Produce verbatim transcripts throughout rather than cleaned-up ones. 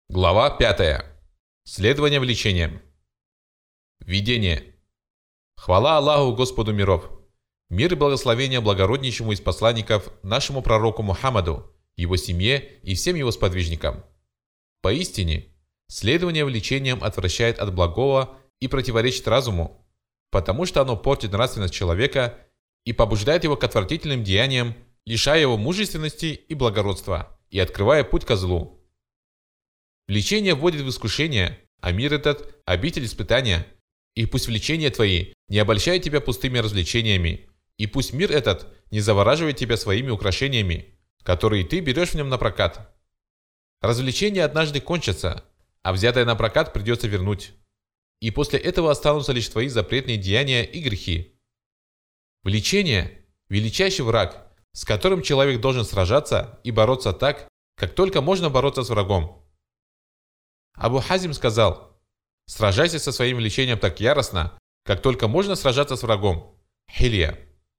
Глава пятая. Следование влечениям. Введение. Хвала Аллаху, Господу миров. Мир и благословение благороднейшему из посланников, нашему пророку Мухаммаду, его семье и всем его сподвижникам. Поистине, следование влечениям отвращает от благого и противоречит разуму, потому что оно портит нравственность человека и побуждает его к отвратительным деяниям, лишая его мужественности и благородства и открывая путь ко злу. Влечение вводит в искушение, а мир этот – обитель испытания. И пусть влечения твои не обольщают тебя пустыми развлечениями, и пусть мир этот не завораживает тебя своими украшениями, которые ты берешь в нем на прокат. Развлечения однажды кончатся, а взятое на прокат придется вернуть. И после этого останутся лишь твои запретные деяния и грехи. Влечение – величайший враг, с которым человек должен сражаться и бороться так, как только можно бороться с врагом. Абу Хазим сказал: «Сражайся со своим влечением так яростно, как только можно сражаться с врагом». Хилья.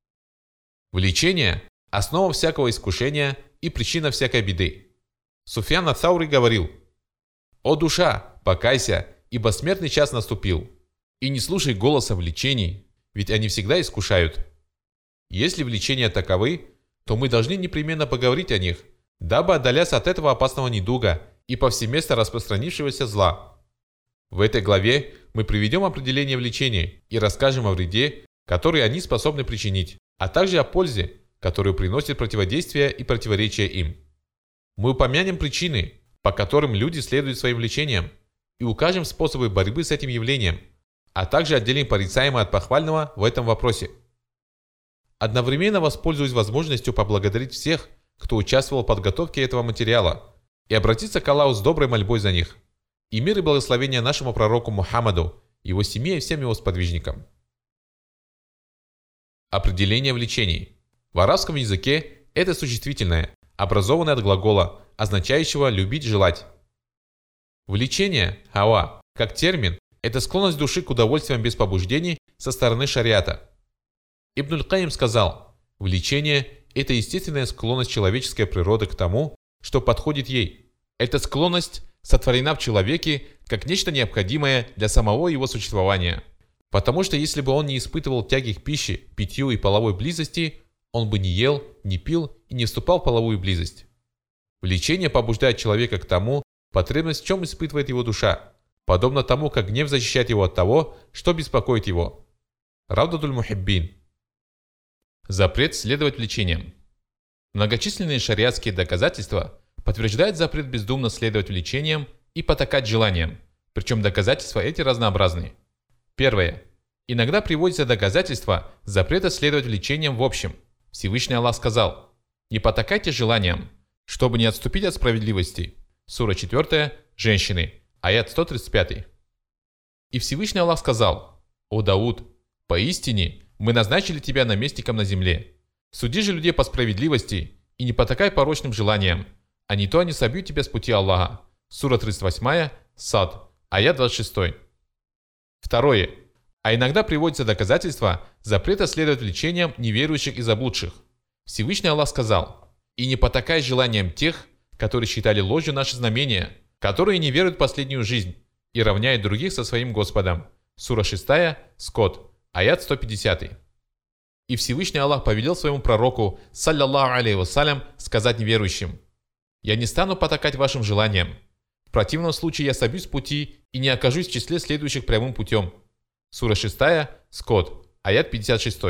Влечение – основа всякого искушения и причина всякой беды. Суфьян ат-Таури говорил: «О душа, покайся, ибо смертный час наступил, и не слушай голоса влечений, ведь они всегда искушают». Если влечения таковы, то мы должны непременно поговорить о них, дабы отдаляться от этого опасного недуга и повсеместно распространившегося зла. В этой главе мы приведем определение влечений и расскажем о вреде, который они способны причинить, а также о пользе, которую приносит противодействие и противоречие им. Мы упомянем причины, по которым люди следуют своим влечениям, и укажем способы борьбы с этим явлением, а также отделим порицаемое от похвального в этом вопросе. Одновременно воспользуюсь возможностью поблагодарить всех, кто участвовал в подготовке этого материала, и обратиться к Аллаху с доброй мольбой за них. И мир и благословение нашему пророку Мухаммаду, его семье и всем его сподвижникам. Определение влечений. В арабском языке это существительное, образованное от глагола, означающего «любить, желать». Влечение, хава, как термин, это склонность души к удовольствиям без побуждений со стороны шариата. Ибн аль-Каим сказал: влечение – это естественная склонность человеческой природы к тому, что подходит ей. Эта склонность сотворена в человеке как нечто необходимое для самого его существования. Потому что если бы он не испытывал тяги к пище, питью и половой близости, он бы не ел, не пил и не вступал в половую близость. Влечение побуждает человека к тому, потребность в чем испытывает его душа, подобно тому, как гнев защищает его от того, что беспокоит его. Равдатуль Мухиббин. Запрет следовать влечениям. Многочисленные шариатские доказательства подтверждают запрет бездумно следовать влечениям и потакать желаниям, причем доказательства эти разнообразны. Первое. Иногда приводится доказательство запрета следовать влечениям в общем. Всевышний Аллах сказал: «Не потакайте желаниям, чтобы не отступить от справедливости». Сура четвёртая, Женщины, аят сто тридцать пять. И Всевышний Аллах сказал: «О Дауд, поистине мы назначили тебя наместником на земле. Суди же людей по справедливости и не потакай порочным желаниям, а не то они собьют тебя с пути Аллаха». Сура тридцать восьмая, Сад, аят двадцать шесть. Второе. А иногда приводится доказательство запрета следовать влечениям неверующих и заблудших. Всевышний Аллах сказал: «И не потакай желаниям тех, которые считали ложью наши знамения, которые не веруют в последнюю жизнь и равняют других со своим Господом». Сура шестая, Скот, аят сто пятьдесят. И Всевышний Аллах повелел своему пророку, саллаллаху алейхи вассалям, сказать неверующим: «Я не стану потакать вашим желаниям. В противном случае я собьюсь с пути и не окажусь в числе следующих прямым путем». Сура шестая, Скот, аят пятьдесят шесть.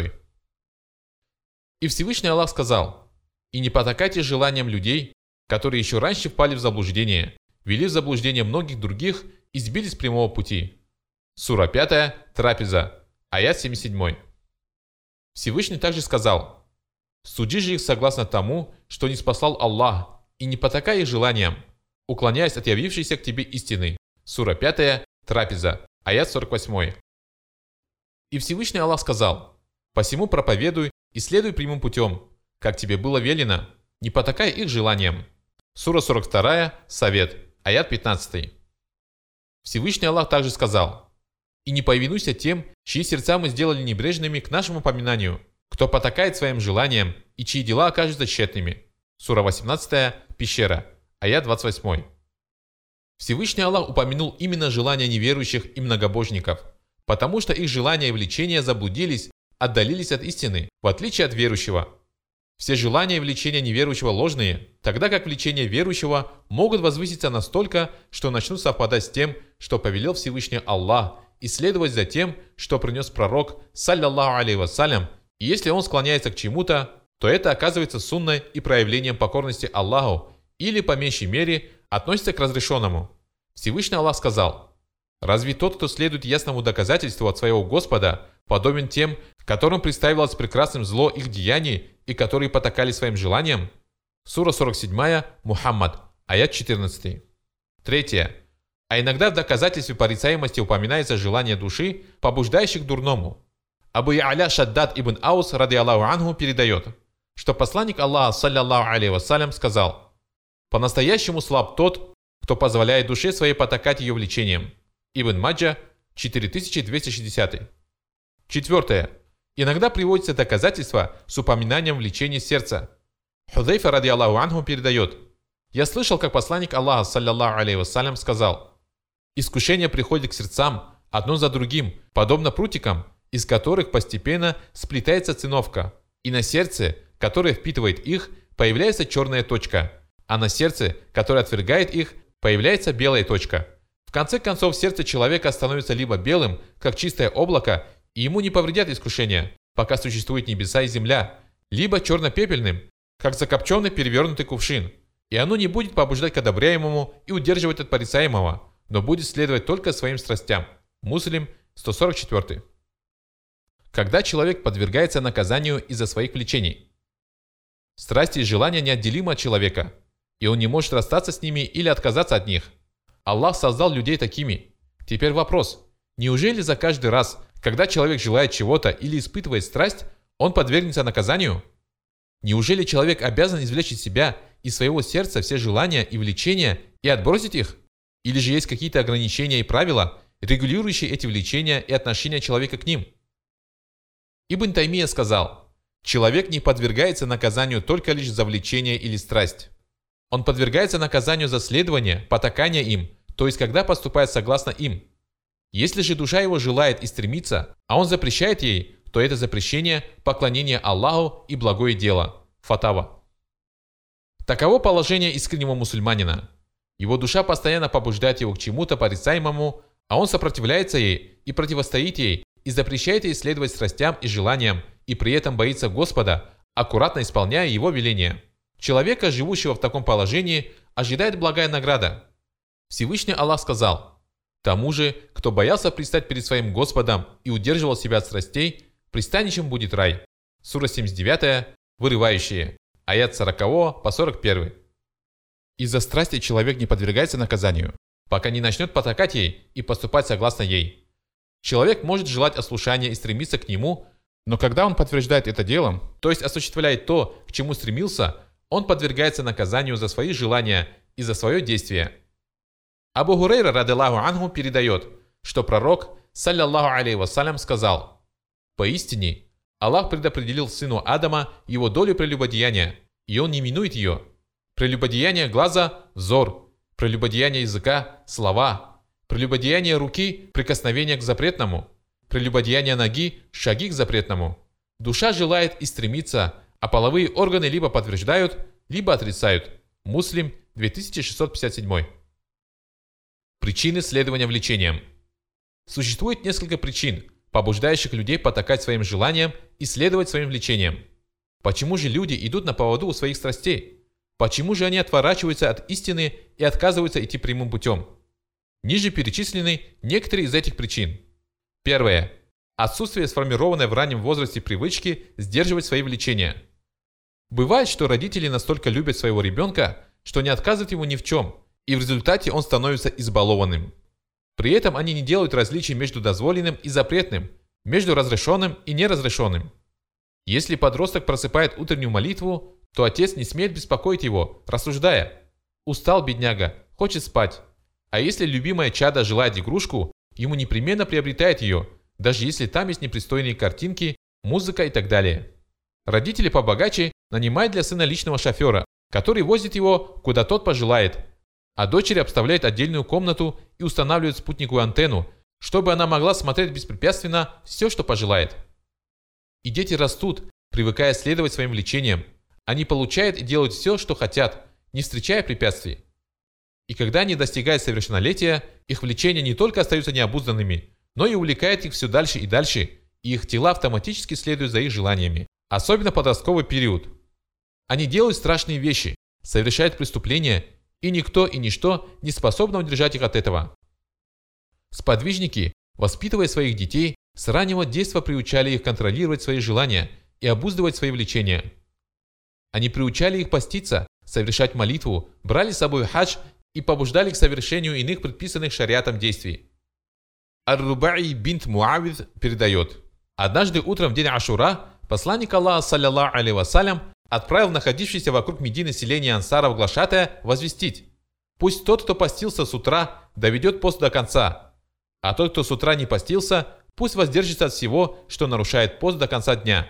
И Всевышний Аллах сказал: «И не потакайте желаниям людей, которые еще раньше впали в заблуждение, ввели в заблуждение многих других и сбились с прямого пути». Сура пятая, Трапеза, аят семьдесят семь. Всевышний также сказал: «Суди же их согласно тому, что ниспослал Аллах, и не потакай их желаниям, уклоняясь от явившейся к тебе истины». Сура пятая, Трапеза, аят сорок восемь. И Всевышний Аллах сказал: «Посему проповедуй и следуй прямым путем, как тебе было велено, не потакай их желаниям». Сура сорок вторая, Совет, аят пятнадцать. Всевышний Аллах также сказал: «И не повинуйся тем, чьи сердца мы сделали небрежными к нашему упоминанию, кто потакает своим желаниям и чьи дела окажутся тщетными». Сура восемнадцатая, Пещера, аят двадцать восемь. Всевышний Аллах упомянул именно желания неверующих и многобожников, потому что их желания и влечения заблудились, отдалились от истины, в отличие от верующего. Все желания и влечения неверующего ложные, тогда как влечения верующего могут возвыситься настолько, что начнут совпадать с тем, что повелел Всевышний Аллах, и следовать за тем, что принес пророк, саллаллаху алейхи вассалям, и если он склоняется к чему-то, то это оказывается сунной и проявлением покорности Аллаху, или, по меньшей мере, относится к разрешенному. Всевышний Аллах сказал: «Разве тот, кто следует ясному доказательству от своего Господа, подобен тем, которым представилось прекрасным зло их деяний и которые потакали своим желаниям?» Сура сорок семь, Мухаммад, аят четырнадцатый. Третье. А иногда в доказательстве порицаемости упоминается желание души, побуждающих к дурному. Абу Я'ля Шаддад ибн Аус, ради Аллаху анху, передает, что посланник Аллаха, саллаллаху алейхи вассалям, сказал: «По-настоящему слаб тот, кто позволяет душе своей потакать ее влечением». Ибн Маджа, четыре тысячи двести шестьдесят. Четвертое. Иногда приводится доказательство с упоминанием влечения сердца. Худзайфа, ради Аллаху анху, передает: «Я слышал, как посланник Аллаха, саллаллаху алейхи вассалям, сказал: искушение приходит к сердцам одно за другим, подобно прутикам, из которых постепенно сплетается циновка, и на сердце, которое впитывает их, появляется черная точка, а на сердце, которое отвергает их, появляется белая точка. В конце концов, сердце человека становится либо белым, как чистое облако, и ему не повредят искушения, пока существуют небеса и земля, либо черно-пепельным, как закопченный перевернутый кувшин, и оно не будет побуждать к одобряемому и удерживать от порицаемого, но будет следовать только своим страстям». Муслим, сто сорок четыре. Когда человек подвергается наказанию из-за своих влечений. Страсти и желания неотделимы от человека, и он не может расстаться с ними или отказаться от них. Аллах создал людей такими. Теперь вопрос: неужели за каждый раз, когда человек желает чего-то или испытывает страсть, он подвергнется наказанию? Неужели человек обязан извлечь из себя и своего сердца все желания и влечения и отбросить их? Или же есть какие-то ограничения и правила, регулирующие эти влечения и отношения человека к ним? Ибн Таймия сказал: человек не подвергается наказанию только лишь за влечение или страсть. Он подвергается наказанию за следование, потакание им, то есть когда поступает согласно им. Если же душа его желает и стремится, а он запрещает ей, то это запрещение, поклонение Аллаху и благое дело. Фатава. Таково положение искреннего мусульманина. Его душа постоянно побуждает его к чему-то порицаемому, а он сопротивляется ей и противостоит ей, и запрещает ей следовать страстям и желаниям, и при этом боится Господа, аккуратно исполняя его веления. Человека, живущего в таком положении, ожидает благая награда. Всевышний Аллах сказал: «Тому же, кто боялся предстать перед своим Господом и удерживал себя от страстей, пристанищем будет рай». Сура семьдесят девять, вырывающие, аят сорок по сорок один. Из-за страсти человек не подвергается наказанию, пока не начнет потакать ей и поступать согласно ей. Человек может желать ослушания и стремиться к нему, но когда он подтверждает это делом, то есть осуществляет то, к чему стремился, он подвергается наказанию за свои желания и за свое действие. Абу Хурейра, ради Аллаху анху, передает, что пророк, саллаллаху алейхи вассалям, сказал: «Поистине, Аллах предопределил сыну Адама его долю прелюбодеяния, и он не минует ее. Прелюбодеяние глаза – взор, прелюбодеяние языка – слова, прелюбодеяние руки – прикосновение к запретному, прелюбодеяние ноги – шаги к запретному. Душа желает и стремится, а половые органы либо подтверждают, либо отрицают». Муслим, две тысячи шестьсот пятьдесят семь. Причины следования влечениям. Существует несколько причин, побуждающих людей потакать своим желаниям и следовать своим влечениям. Почему же люди идут на поводу у своих страстей? Почему же они отворачиваются от истины и отказываются идти прямым путем? Ниже перечислены некоторые из этих причин. Первое. Отсутствие сформированной в раннем возрасте привычки сдерживать свои влечения. Бывает, что родители настолько любят своего ребенка, что не отказывают ему ни в чем, и в результате он становится избалованным. При этом они не делают различий между дозволенным и запретным, между разрешенным и неразрешенным. Если подросток просыпает утреннюю молитву, то отец не смеет беспокоить его, рассуждая: «Устал бедняга, хочет спать». А если любимое чадо желает игрушку, ему непременно приобретает ее, даже если там есть непристойные картинки, музыка и так далее. Родители побогаче нанимают для сына личного шофера, который возит его, куда тот пожелает. А дочери обставляют отдельную комнату и устанавливают спутниковую антенну, чтобы она могла смотреть беспрепятственно все, что пожелает. И дети растут, привыкая следовать своим влечениям. Они получают и делают все, что хотят, не встречая препятствий. И когда они достигают совершеннолетия, их влечения не только остаются необузданными, но и увлекают их все дальше и дальше, и их тела автоматически следуют за их желаниями, особенно подростковый период. Они делают страшные вещи, совершают преступления, и никто и ничто не способно удержать их от этого. Сподвижники, воспитывая своих детей, с раннего детства приучали их контролировать свои желания и обуздывать свои влечения. Они приучали их поститься, совершать молитву, брали с собой хадж и побуждали к совершению иных предписанных шариатом действий. Ар-Рубаи бинт Муавид передает: однажды утром в день Ашура посланник Аллаха, саллаллаху алейхи вассалям, отправил находившееся вокруг Медины селение ансаров глашатая возвестить: пусть тот, кто постился с утра, доведет пост до конца, а тот, кто с утра не постился, пусть воздержится от всего, что нарушает пост до конца дня.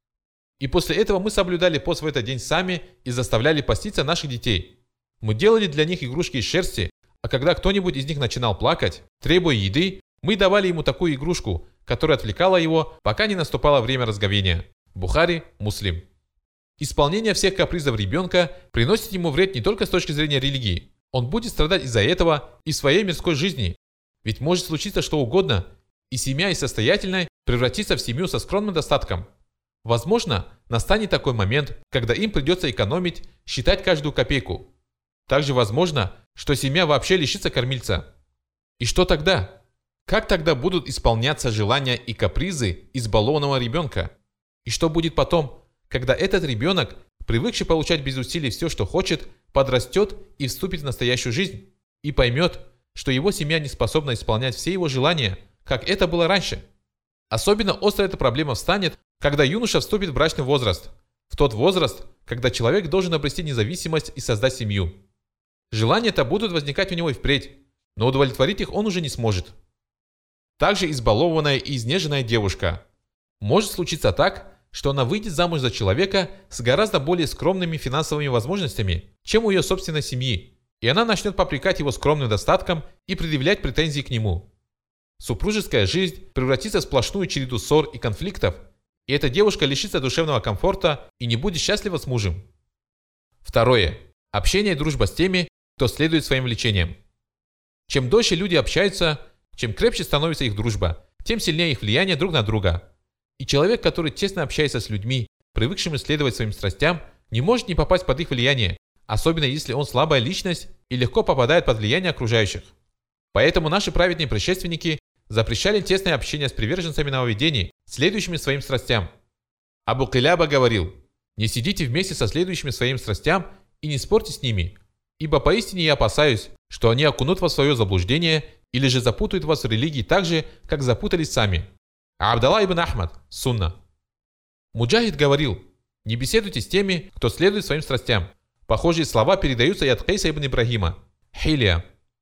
И после этого мы соблюдали пост в этот день сами и заставляли поститься наших детей. Мы делали для них игрушки из шерсти, а когда кто-нибудь из них начинал плакать, требуя еды, мы давали ему такую игрушку, которая отвлекала его, пока не наступало время разговения. Бухари, Муслим. Исполнение всех капризов ребенка приносит ему вред не только с точки зрения религии. Он будет страдать из-за этого и в своей мирской жизни. Ведь может случиться что угодно, и семья из состоятельной превратится в семью со скромным достатком. Возможно, настанет такой момент, когда им придется экономить, считать каждую копейку. Также возможно, что семья вообще лишится кормильца. И что тогда? Как тогда будут исполняться желания и капризы избалованного ребенка? И что будет потом, когда этот ребенок, привыкший получать без усилий все, что хочет, подрастет и вступит в настоящую жизнь, и поймет, что его семья не способна исполнять все его желания, как это было раньше? Особенно остро эта проблема встанет, когда юноша вступит в брачный возраст, в тот возраст, когда человек должен обрести независимость и создать семью. Желания-то будут возникать у него и впредь, но удовлетворить их он уже не сможет. Также избалованная и изнеженная девушка. Может случиться так, что она выйдет замуж за человека с гораздо более скромными финансовыми возможностями, чем у ее собственной семьи, и она начнет попрекать его скромным достатком и предъявлять претензии к нему. Супружеская жизнь превратится в сплошную череду ссор и конфликтов, и эта девушка лишится душевного комфорта и не будет счастлива с мужем. Второе. Общение и дружба с теми, кто следует своим влечениям. Чем дольше люди общаются, чем крепче становится их дружба, тем сильнее их влияние друг на друга. И человек, который тесно общается с людьми, привыкшими следовать своим страстям, не может не попасть под их влияние, особенно если он слабая личность и легко попадает под влияние окружающих. Поэтому наши праведные предшественники запрещали тесное общение с приверженцами нововведений, следующими своим страстям. Абу Киляба говорил: «Не сидите вместе со следующими своим страстям и не спорьте с ними, ибо поистине я опасаюсь, что они окунут вас в свое заблуждение или же запутают вас в религии так же, как запутались сами». Абдалла ибн Ахмад, Сунна. Муджахид говорил: «Не беседуйте с теми, кто следует своим страстям». Похожие слова передаются и от Кайса ибн Ибрагима. Хилия.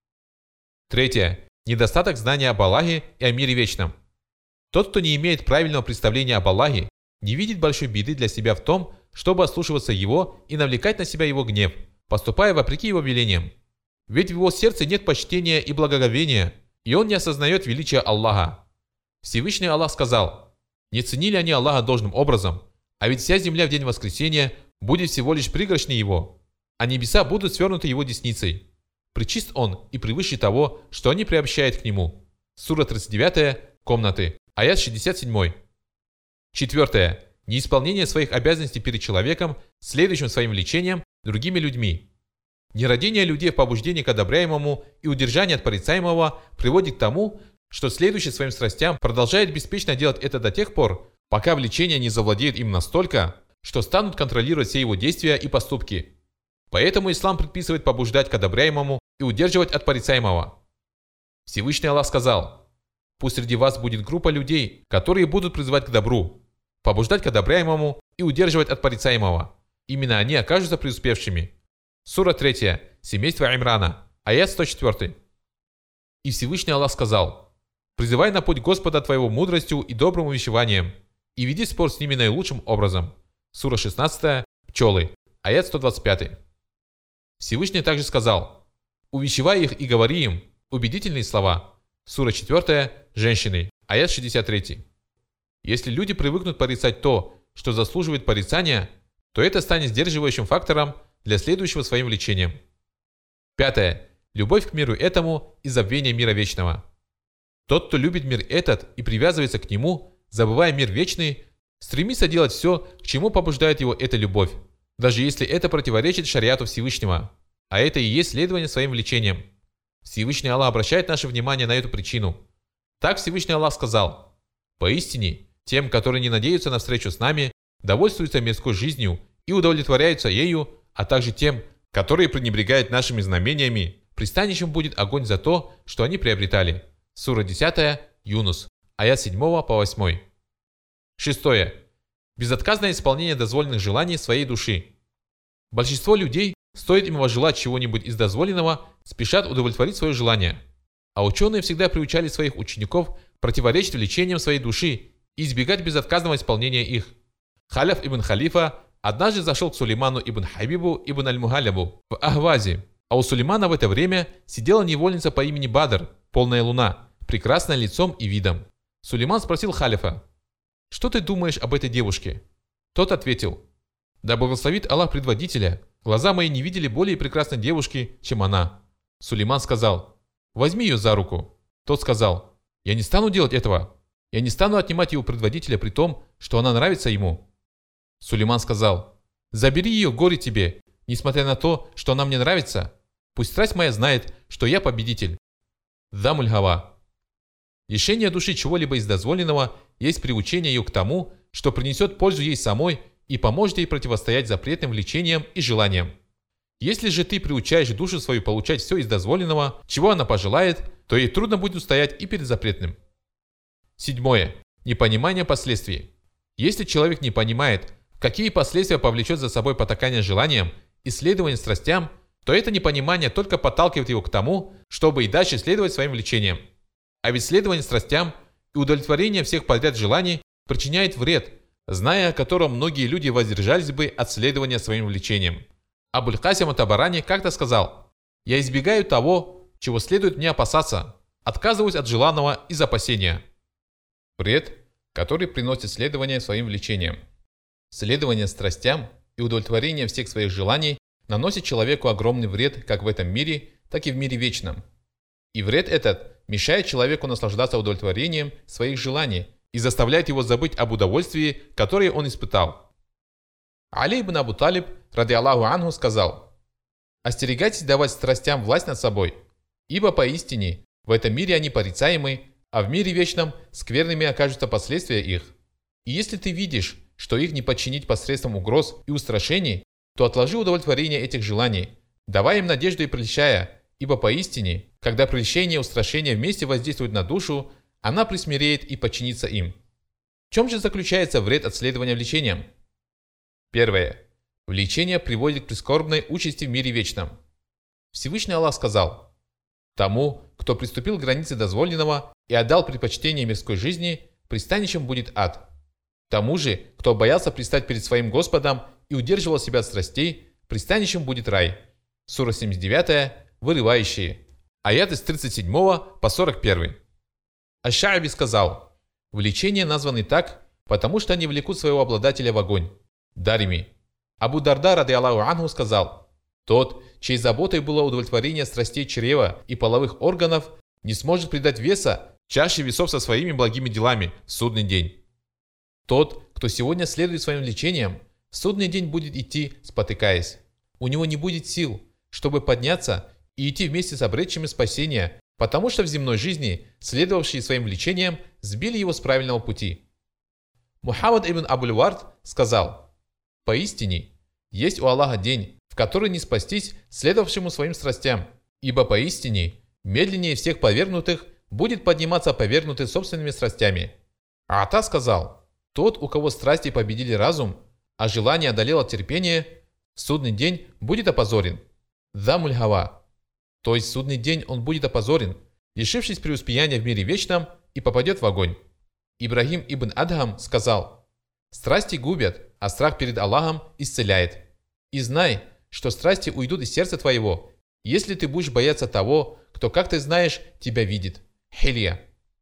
Третье. Недостаток знания об Аллахе и о мире вечном. Тот, кто не имеет правильного представления об Аллахе, не видит большой беды для себя в том, чтобы ослушиваться Его и навлекать на себя Его гнев, поступая вопреки Его велениям. Ведь в его сердце нет почтения и благоговения, и он не осознает величия Аллаха. Всевышний Аллах сказал: «Не ценили они Аллаха должным образом, а ведь вся земля в день воскресения будет всего лишь пригоршней Его, а небеса будут свернуты Его десницей. Пречист Он и превыше того, что они приобщают к Нему». Сура тридцать девять, комнаты, аят шестьдесят семь. Четвертое. Неисполнение своих обязанностей перед человеком, следующим своим влечением, другими людьми. Нерадение людей в побуждении к одобряемому и удержание от порицаемого приводит к тому, что следующий своим страстям продолжает беспечно делать это до тех пор, пока влечение не завладеет им настолько, что станут контролировать все его действия и поступки. Поэтому ислам предписывает побуждать к одобряемому и удерживать от порицаемого. Всевышний Аллах сказал: «Пусть среди вас будет группа людей, которые будут призывать к добру, побуждать к одобряемому и удерживать от порицаемого. Именно они окажутся преуспевшими». Сура три. Семейство Имрана. Аят сто четыре. И Всевышний Аллах сказал: «Призывай на путь Господа твоего мудростью и добрым увещеванием, и веди спор с ними наилучшим образом». Сура шестнадцать. Пчелы. Аят сто двадцать пять. Всевышний также сказал: увещевай их и говори им убедительные слова. Сура четвёртая, женщины, аят шестьдесят три. Если люди привыкнут порицать то, что заслуживает порицания, то это станет сдерживающим фактором для следующего своим влечением. Пятое. Любовь к миру этому и забвение мира вечного. Тот, кто любит мир этот и привязывается к нему, забывая мир вечный, стремится делать все, к чему побуждает его эта любовь, даже если это противоречит шариату Всевышнего. А это и есть следование своим влечениям. Всевышний Аллах обращает наше внимание на эту причину. Так Всевышний Аллах сказал: «Поистине, тем, которые не надеются на встречу с нами, довольствуются мирской жизнью и удовлетворяются ею, а также тем, которые пренебрегают нашими знамениями, пристанищем будет огонь за то, что они приобретали». Сура десятая, Юнус, аят с седьмого по восьмой. Шестое. Безотказное исполнение дозволенных желаний своей души. Большинство людей, стоит им возжелать чего-нибудь из дозволенного, спешат удовлетворить свое желание. А ученые всегда приучали своих учеников противоречить влечениям своей души и избегать безотказного исполнения их. Халяф ибн Халифа однажды зашел к Сулейману ибн Хабибу ибн аль-Мухалябу в Ахвазе, а у Сулеймана в это время сидела невольница по имени Бадр, полная луна, прекрасная лицом и видом. Сулейман спросил Халифа: «Что ты думаешь об этой девушке?» Тот ответил: «Да благословит Аллах предводителя, глаза мои не видели более прекрасной девушки, чем она». Сулейман сказал: «Возьми ее за руку». Тот сказал: «Я не стану делать этого. Я не стану отнимать ее у предводителя при том, что она нравится ему». Сулейман сказал: «Забери ее, горе тебе, несмотря на то, что она мне нравится. Пусть страсть моя знает, что я победитель». Дамуль Гава. Лишение души чего-либо из дозволенного есть приучение ее к тому, что принесет пользу ей самой и поможет ей противостоять запретным влечениям и желаниям. Если же ты приучаешь душу свою получать все из дозволенного, чего она пожелает, то ей трудно будет устоять и перед запретным. Седьмое. Непонимание последствий. Если человек не понимает, какие последствия повлечет за собой потакание желаниям и следование страстям, то это непонимание только подталкивает его к тому, чтобы и дальше следовать своим влечениям. А ведь следование страстям и удовлетворение всех подряд желаний причиняет вред, зная о котором многие люди воздержались бы от следования своим влечениям. Абуль-Касим ат-Табарани как-то сказал: «Я избегаю того, чего следует мне опасаться, отказываюсь от желанного из опасения». Вред, который приносит следование своим влечениям. Следование страстям и удовлетворение всех своих желаний наносит человеку огромный вред как в этом мире, так и в мире вечном. И вред этот мешает человеку наслаждаться удовлетворением своих желаний и заставляет его забыть об удовольствии, которое он испытал. Али ибн Абу Талиб, ради Аллаху анху, сказал: «Остерегайтесь давать страстям власть над собой, ибо поистине в этом мире они порицаемы, а в мире вечном скверными окажутся последствия их. И если ты видишь, что их не подчинить посредством угроз и устрашений, то отложи удовлетворение этих желаний, давая им надежду и прельщая, ибо поистине, когда прельщение и устрашение вместе воздействуют на душу, она присмиреет и подчинится им». В чем же заключается вред от следования влечениям? Первое. Влечение приводит к прискорбной участи в мире вечном. Всевышний Аллах сказал: «Тому, кто приступил к границе дозволенного и отдал предпочтение мирской жизни, пристанищем будет ад. Тому же, кто боялся предстать перед своим Господом и удерживал себя от страстей, пристанищем будет рай». Сура семьдесят девять, вырывающие. Аяты с тридцать седьмого по сорок первый. Аш-Ша'би сказал: «Влечения названы так, потому что они влекут своего обладателя в огонь». Дарими. Абу Дарда, ради Аллаху анху, сказал: «Тот, чьей заботой было удовлетворение страстей чрева и половых органов, не сможет придать веса чаше весов со своими благими делами в судный день. Тот, кто сегодня следует своим влечениям, в судный день будет идти, спотыкаясь. У него не будет сил, чтобы подняться и идти вместе с обретшими спасения, потому что в земной жизни, следовавшие своим влечениям, сбили его с правильного пути». Мухаммад ибн Абуль-Вард сказал: «Поистине, есть у Аллаха день, в который не спастись следовавшему своим страстям, ибо поистине, медленнее всех повергнутых будет подниматься повергнутый собственными страстями». А Ата сказал: «Тот, у кого страсти победили разум, а желание одолело терпение, в судный день будет опозорен». Дамуль Гава. То есть в судный день он будет опозорен, лишившись преуспеяния в мире вечном, и попадет в огонь. Ибрахим ибн Адхам сказал: «Страсти губят, а страх перед Аллахом исцеляет. И знай, что страсти уйдут из сердца твоего, если ты будешь бояться того, кто, как ты знаешь, тебя видит. Хилья.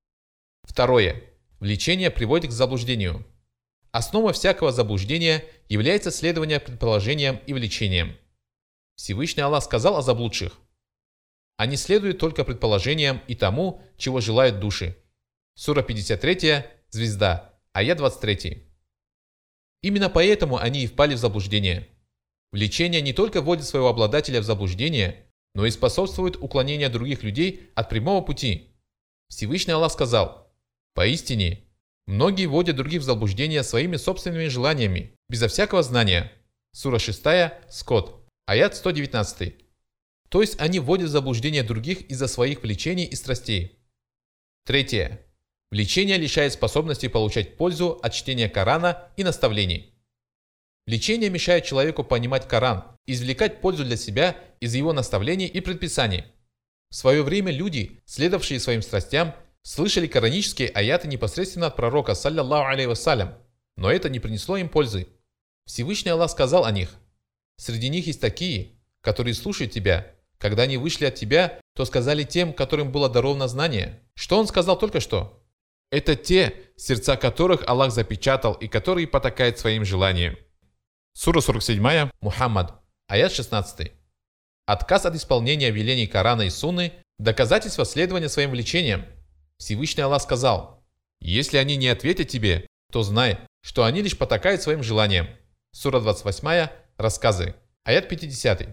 Второе. Влечение приводит к заблуждению. Основа всякого заблуждения является следование предположениям и влечениям. Всевышний Аллах сказал о заблудших: они следуют только предположениям и тому, чего желают души. Сура пятьдесят три, Звезда, аят двадцать три. Именно поэтому они и впали в заблуждение. Влечение не только вводит своего обладателя в заблуждение, но и способствует уклонению других людей от прямого пути. Всевышний Аллах сказал: поистине, многие вводят других в заблуждение своими собственными желаниями, безо всякого знания. Сура шесть, Скот, аят сто девятнадцать. То есть они вводят в заблуждение других из-за своих влечений и страстей. Третье. Влечение лишает способности получать пользу от чтения Корана и наставлений. Влечение мешает человеку понимать Коран, извлекать пользу для себя из его наставлений и предписаний. В свое время люди, следовавшие своим страстям, слышали коранические аяты непосредственно от пророка, саллиллаху алейхи вассалям, но это не принесло им пользы. Всевышний Аллах сказал о них: среди них есть такие, которые слушают тебя. Когда они вышли от тебя, то сказали тем, которым было даровано знание. Что он сказал только что? Это те, сердца которых Аллах запечатал и которые потакают своим желаниям. Сура сорок семь, Мухаммад, аят шестнадцать. Отказ от исполнения велений Корана и Сунны – доказательство следования своим влечениям. Всевышний Аллах сказал: если они не ответят тебе, то знай, что они лишь потакают своим желаниям. Сура двадцать восемь, Рассказы, аят пятьдесят.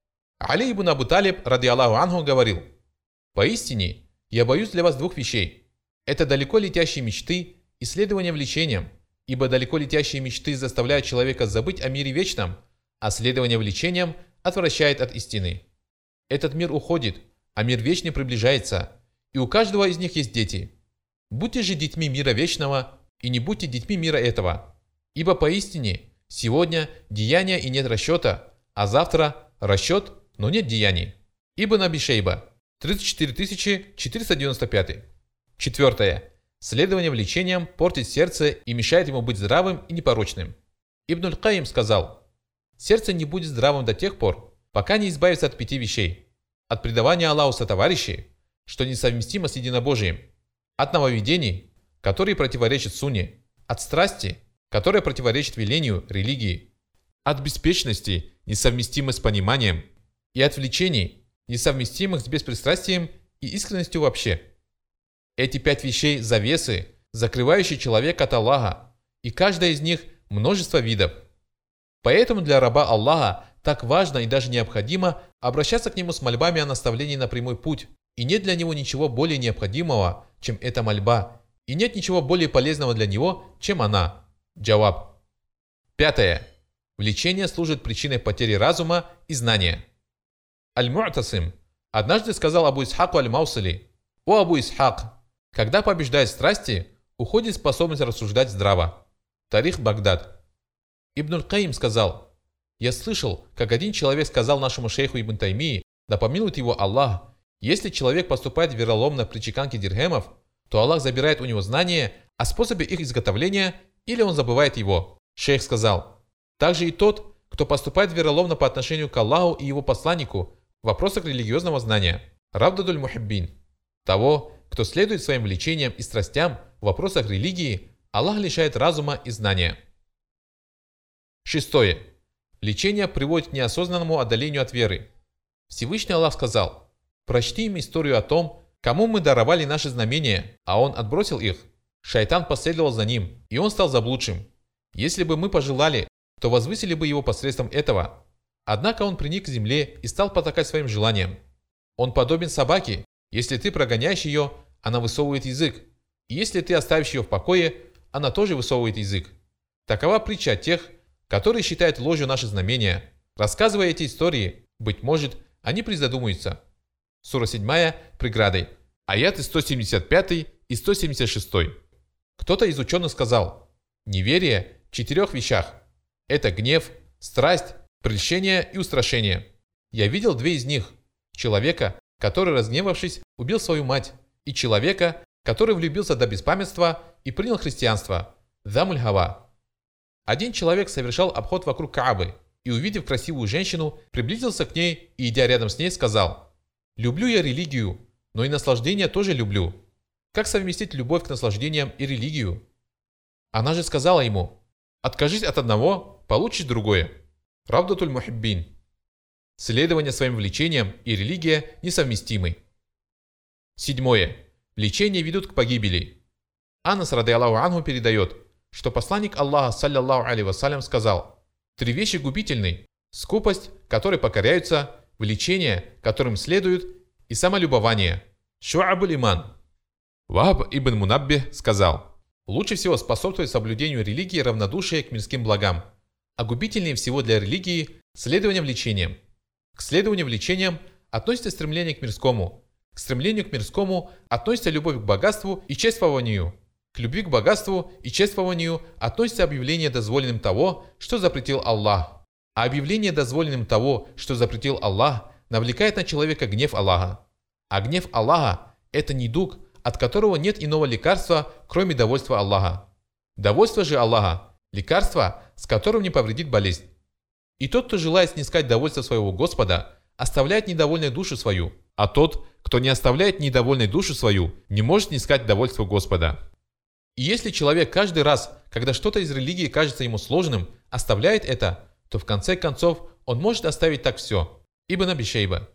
Али ибн Абу Талиб, ради Аллаху анху, говорил: поистине, я боюсь для вас двух вещей. Это далеко летящие мечты и следование влечениям, ибо далеко летящие мечты заставляют человека забыть о мире вечном, а следование влечениям отвращает от истины. Этот мир уходит, а мир вечный приближается, и у каждого из них есть дети. Будьте же детьми мира вечного, и не будьте детьми мира этого. Ибо поистине, сегодня деяния и нет расчета, а завтра расчет, но нет деяний. Ибн Аби Шейба, тридцать четыре тысячи четыреста девяносто пять. Четвертое. Следование влечениям портит сердце и мешает ему быть здравым и непорочным. Ибн Аль-Каим сказал: сердце не будет здравым до тех пор, пока не избавится от пяти вещей. От предавания Аллаху сотоварищей, что несовместимо с единобожием. От нововведений, которые противоречат сунне. От страсти, которая противоречит велению религии. От беспечности, несовместимой с пониманием. И от влечений, несовместимых с беспристрастием и искренностью вообще. Эти пять вещей – завесы, закрывающие человека от Аллаха, и каждая из них – множество видов. Поэтому для раба Аллаха так важно и даже необходимо обращаться к нему с мольбами о наставлении на прямой путь, и нет для него ничего более необходимого, чем эта мольба, и нет ничего более полезного для него, чем она. Джаваб. Пятое. Влечение служит причиной потери разума и знания. Аль-Му'тасим однажды сказал Абу Исхаку Аль-Маусили: «О Абу Исхак, когда побеждают страсти, уходит способность рассуждать здраво». Тарих Багдад. Ибн Аль-Каим сказал: «Я слышал, как один человек сказал нашему шейху Ибн Таймии, да помилует его Аллах, если человек поступает вероломно при чеканке дирхемов, то Аллах забирает у него знание о способе их изготовления или он забывает его». Шейх сказал: «Также и тот, кто поступает вероломно по отношению к Аллаху и его посланнику в вопросах религиозного знания». Равдадуль Мухиббин. Того, кто следует своим влечениям и страстям в вопросах религии, Аллах лишает разума и знания. Шестое. Влечение приводит к неосознанному отдалению от веры. Всевышний Аллах сказал: «Прочти им историю о том, кому мы даровали наши знамения, а он отбросил их. Шайтан последовал за ним, и он стал заблудшим. Если бы мы пожелали, то возвысили бы его посредством этого. Однако он приник к земле и стал потакать своим желаниям. Он подобен собаке. Если ты прогоняешь ее, она высовывает язык. И если ты оставишь ее в покое, она тоже высовывает язык. Такова притча о тех, которые считают ложью наши знамения. Рассказывая эти истории, быть может, они призадумаются». Сура семь, Преградой. Аяты сто семьдесят пять и сто семьдесят шесть. Кто-то из ученых сказал: неверие в четырех вещах. Это гнев, страсть, прельщение и устрашение. Я видел две из них. Человека, который, разгневавшись, убил свою мать, и человека, который влюбился до беспамятства и принял христианство. Замуль Гава. Один человек совершал обход вокруг Каабы, и, увидев красивую женщину, приблизился к ней и, идя рядом с ней, сказал: «Люблю я религию, но и наслаждение тоже люблю. Как совместить любовь к наслаждениям и религию?» Она же сказала ему: «Откажись от одного, получишь другое». Равдатуль Мухиббин. Следование своим влечениям и религия несовместимы. Седьмое. Влечения ведут к погибели. Анас радиаллаху анху передает, что посланник Аллаха саллаллаху алейхи вассалям сказал: «Три вещи губительны: скупость, которой покоряются, влечение, которым следуют, и самолюбование». Шу'абуль иман. Вахб ибн Мунаббих сказал: «Лучше всего способствует соблюдению религии равнодушие к мирским благам, а губительнее всего для религии следование влечениям. К следованию влечениям относится стремление к мирскому, к стремлению к мирскому относится любовь к богатству и чествованию, к любви к богатству и чествованию относится объявление дозволенным того, что запретил Аллах. А объявление дозволенным того, что запретил Аллах, навлекает на человека гнев Аллаха. А гнев Аллаха – это недуг, от которого нет иного лекарства, кроме довольства Аллаха. Довольство же Аллаха – лекарство, с которым не повредит болезнь. И тот, кто желает снискать довольство своего Господа, оставляет недовольной душу свою, а тот, кто не оставляет недовольной душу свою, не может снискать довольство Господа. И если человек каждый раз, когда что-то из религии кажется ему сложным, оставляет это, то в конце концов он может оставить так все. Ибн Аби Шейба.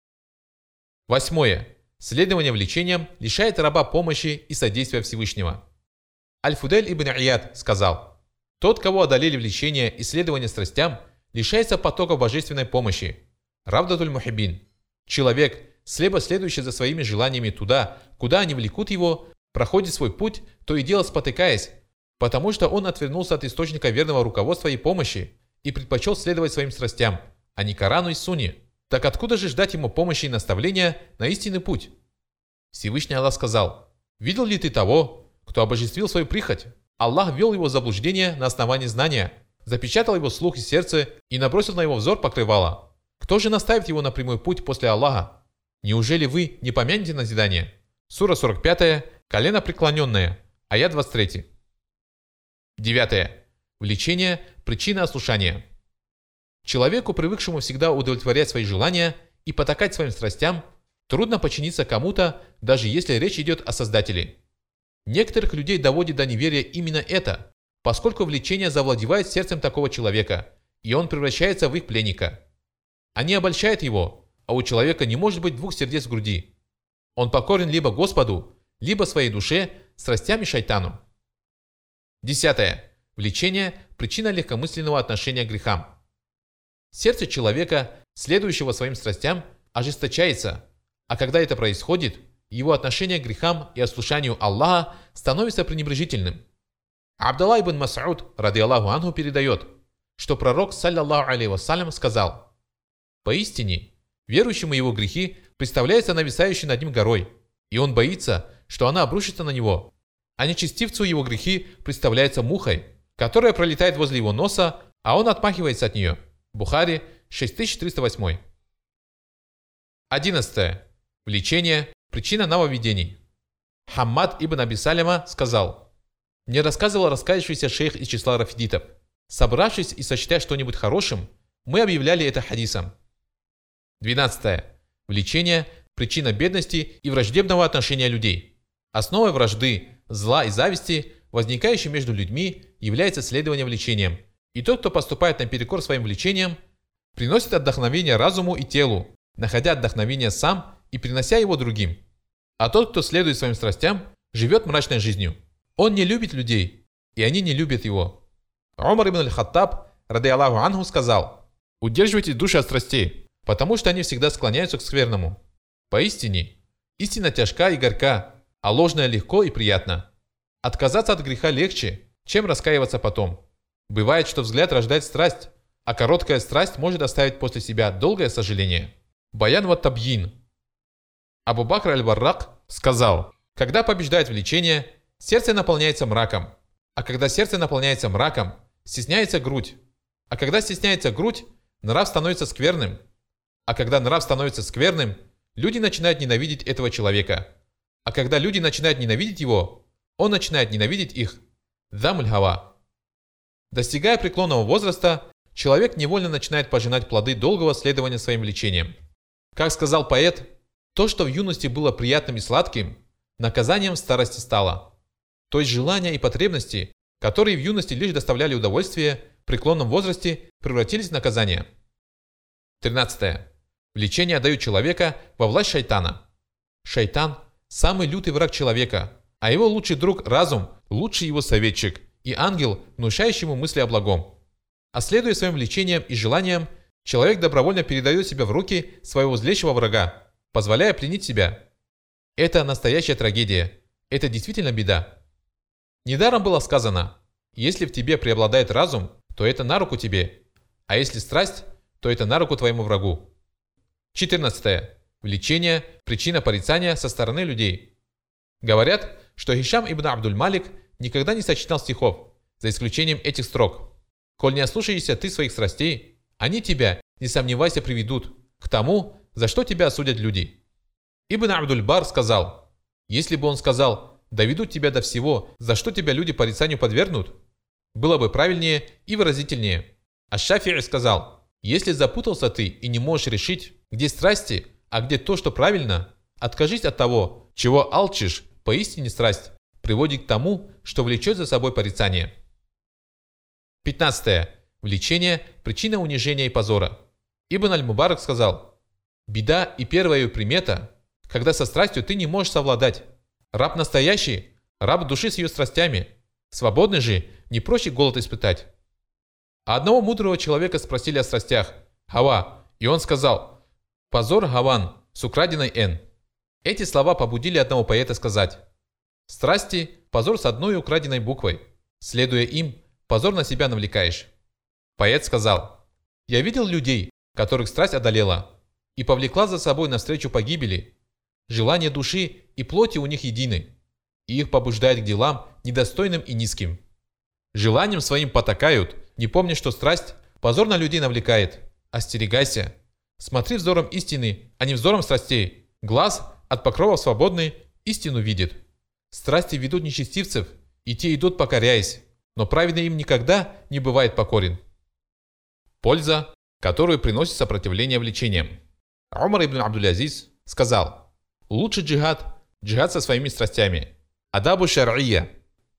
Восьмое. Следование влечениям лишает раба помощи и содействия Всевышнего. Аль-Фудель ибн Ияд сказал: «Тот, кого одолели влечения и следование страстям, лишается потока божественной помощи». Равдатуль Мухиббин. Человек, слепо следующий за своими желаниями туда, куда они влекут его, проходит свой путь, то и дело спотыкаясь, потому что он отвернулся от источника верного руководства и помощи и предпочел следовать своим страстям, а не Корану и Сунне. Так откуда же ждать ему помощи и наставления на истинный путь? Всевышний Аллах сказал: «Видел ли ты того, кто обожествил свою прихоть? Аллах ввел его в заблуждение на основании знания, запечатал его слух и сердце и набросил на его взор покрывало. Кто же наставит его на прямой путь после Аллаха? Неужели вы не помянете назидание?» Сура сорок пять, колено преклоненное, аят двадцать три. Девятое. Влечение – причина ослушания. Человеку, привыкшему всегда удовлетворять свои желания и потакать своим страстям, трудно подчиниться кому-то, даже если речь идет о Создателе. Некоторых людей доводит до неверия именно это, поскольку влечение завладевает сердцем такого человека, и он превращается в их пленника. Они обольщают его, а у человека не может быть двух сердец в груди. Он покорен либо Господу, либо своей душе, страстям и шайтану. Десятое. Влечение – причина легкомысленного отношения к грехам. Сердце человека, следующего своим страстям, ожесточается, а когда это происходит, его отношение к грехам и ослушанию Аллаха становится пренебрежительным. Абдалла ибн Мас'уд, радиаллаху анху, передает, что пророк, саллаллаху алейхи вассалям, сказал: «Поистине, верующему его грехи представляются нависающей над ним горой, и он боится, что она обрушится на него, а нечестивцу его грехи представляются мухой, которая пролетает возле его носа, а он отмахивается от нее». Бухари, шесть тысяч триста восемь. Одиннадцатое. Влечение – причина нововведений. Хаммад ибн Аби Саляма сказал: «Мне рассказывал раскаявшийся шейх из числа рафидитов. Собравшись и сочтя что-нибудь хорошим, мы объявляли это хадисом». Двенадцатое. Влечение – причина бедности и враждебного отношения людей. Основой вражды, зла и зависти, возникающей между людьми, является следование влечениям. И тот, кто поступает наперекор своим влечениям, приносит отдохновение разуму и телу, находя отдохновение сам и принося его другим. А тот, кто следует своим страстям, живет мрачной жизнью. Он не любит людей, и они не любят его. Умар ибн аль-Хаттаб, радиаллаху анху, сказал: «Удерживайте души от страстей, потому что они всегда склоняются к скверному. Поистине, истина тяжка и горька, а ложное легко и приятно. Отказаться от греха легче, чем раскаиваться потом. Бывает, что взгляд рождает страсть, а короткая страсть может оставить после себя долгое сожаление». Баян ват Табьин. Абу Бакр аль-Варрак сказал: «Когда побеждает влечение, сердце наполняется мраком, а когда сердце наполняется мраком, стесняется грудь, а когда стесняется грудь, нрав становится скверным, а когда нрав становится скверным, люди начинают ненавидеть этого человека, а когда люди начинают ненавидеть его, он начинает ненавидеть их». Дамуль Хава. Достигая преклонного возраста, человек невольно начинает пожинать плоды долгого следования своим влечениям. Как сказал поэт, то, что в юности было приятным и сладким, наказанием в старости стало. То есть желания и потребности, которые в юности лишь доставляли удовольствие, в преклонном возрасте превратились в наказание. тринадцатое. Влечения отдают человека во власть шайтана. Шайтан – самый лютый враг человека, а его лучший друг – разум, лучший его советчик и ангел, внушающий ему мысли о благом. А следуя своим влечениям и желаниям, человек добровольно передает себя в руки своего злейшего врага, позволяя пленить себя. Это настоящая трагедия. Это действительно беда. Недаром было сказано, если в тебе преобладает разум, то это на руку тебе, а если страсть, то это на руку твоему врагу. четырнадцатое. Влечение – причина порицания со стороны людей. Говорят, что Хишам ибн Абдуль-Малик никогда не сочинял стихов, за исключением этих строк. «Коль не ослушаешься ты своих страстей, они тебя, не сомневайся, приведут к тому, за что тебя осудят люди». Ибн Абдуль-Бар сказал, если бы он сказал «доведут тебя до всего, за что тебя люди порицанию подвергнут», было бы правильнее и выразительнее. А Шафи'и сказал, если запутался ты и не можешь решить, где страсти, а где то, что правильно, откажись от того, чего алчишь, поистине страсть приводит к тому, что влечет за собой порицание. пятнадцатое. Влечение – причина унижения и позора. Ибн аль-Мубарак сказал, беда и первая ее примета, когда со страстью ты не можешь совладать. Раб настоящий, раб души с ее страстями. Свободный же не проще голод испытать. А одного мудрого человека спросили о страстях, Хава, и он сказал, позор Гаван с украденной Н. Эти слова побудили одного поэта сказать, страсти – позор с одной украденной буквой. Следуя им, позор на себя навлекаешь. Поэт сказал, я видел людей, которых страсть одолела и повлекла за собой навстречу погибели. Желания души и плоти у них едины, и их побуждает к делам недостойным и низким. Желанием своим потакают, не помня, что страсть позор на людей навлекает. Остерегайся. Смотри взором истины, а не взором страстей. Глаз от покрова свободный истину видит. Страсти ведут нечестивцев, и те идут покоряясь, но праведный им никогда не бывает покорен. Польза, которую приносит сопротивление влечениям. Умар ибн Абдуль-Азиз сказал, лучший джихад – джихад со своими страстями. Адабу шар'ия.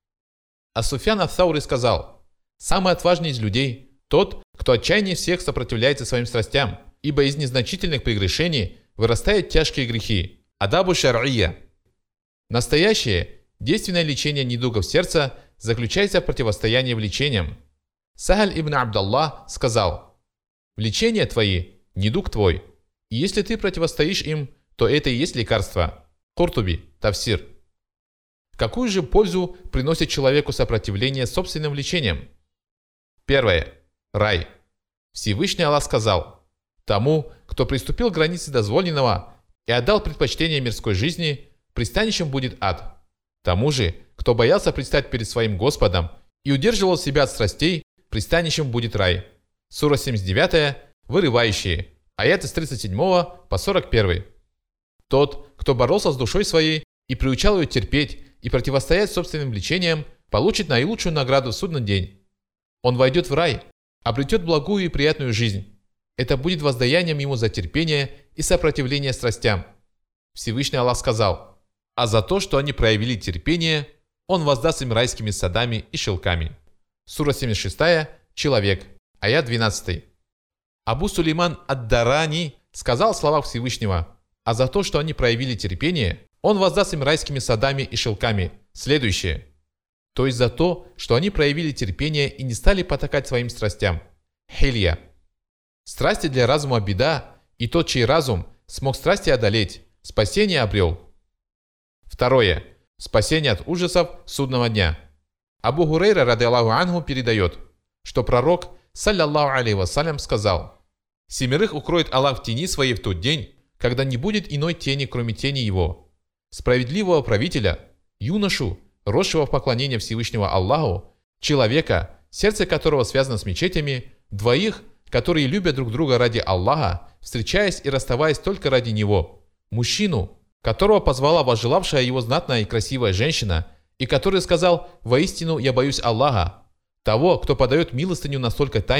А Суфьян ат-Таури сказал, самый отважный из людей – тот, кто отчаяннее всех сопротивляется своим страстям, ибо из незначительных прегрешений вырастают тяжкие грехи. Адабу шар'ия. Настоящее, действенное лечение недугов сердца заключается в противостоянии влечениям. Сахаль ибн Абдаллах сказал, влечения твои – недуг твой, и если ты противостоишь им, то это и есть лекарство. Куртуби, Тавсир. Какую же пользу приносит человеку сопротивление собственным влечениям? Первое. Рай. Всевышний Аллах сказал, тому, кто приступил к границе дозволенного и отдал предпочтение мирской жизни, пристанищем будет ад. Тому же, кто боялся предстать перед своим Господом и удерживал себя от страстей, пристанищем будет рай. Сура семьдесят девять, вырывающие, аяты с тридцать седьмого по сорок первый. Тот, кто боролся с душой своей и приучал ее терпеть и противостоять собственным влечениям, получит наилучшую награду в судный день. Он войдет в рай, обретет благую и приятную жизнь. Это будет воздаянием ему за терпение и сопротивление страстям. Всевышний Аллах сказал, а за то, что они проявили терпение, он воздаст им райскими садами и шелками. Сура семьдесят шесть, Человек, аят двенадцатый. Абу Сулейман ад-Дарани сказал в словах Всевышнего, а за то, что они проявили терпение, он воздаст им райскими садами и шелками. Следующее. То есть за то, что они проявили терпение и не стали потакать своим страстям. Хилья. Страсти для разума беда, и тот, чей разум смог страсти одолеть, спасение обрел. Второе. Спасение от ужасов судного дня. Абу Хурейра, ради Аллаху анху, передает, что пророк, саллаллаху алейхи вассалям, сказал, «Семерых укроет Аллах в тени своей в тот день, когда не будет иной тени, кроме тени его. Справедливого правителя, юношу, росшего в поклонении Всевышнего Аллаху, человека, сердце которого связано с мечетями, двоих, которые любят друг друга ради Аллаха, встречаясь и расставаясь только ради Него, мужчину, которого позвала возжелавшая его знатная и красивая женщина, и который сказал: «Воистину я боюсь Аллаха», того, кто подает милостыню настолько тайно,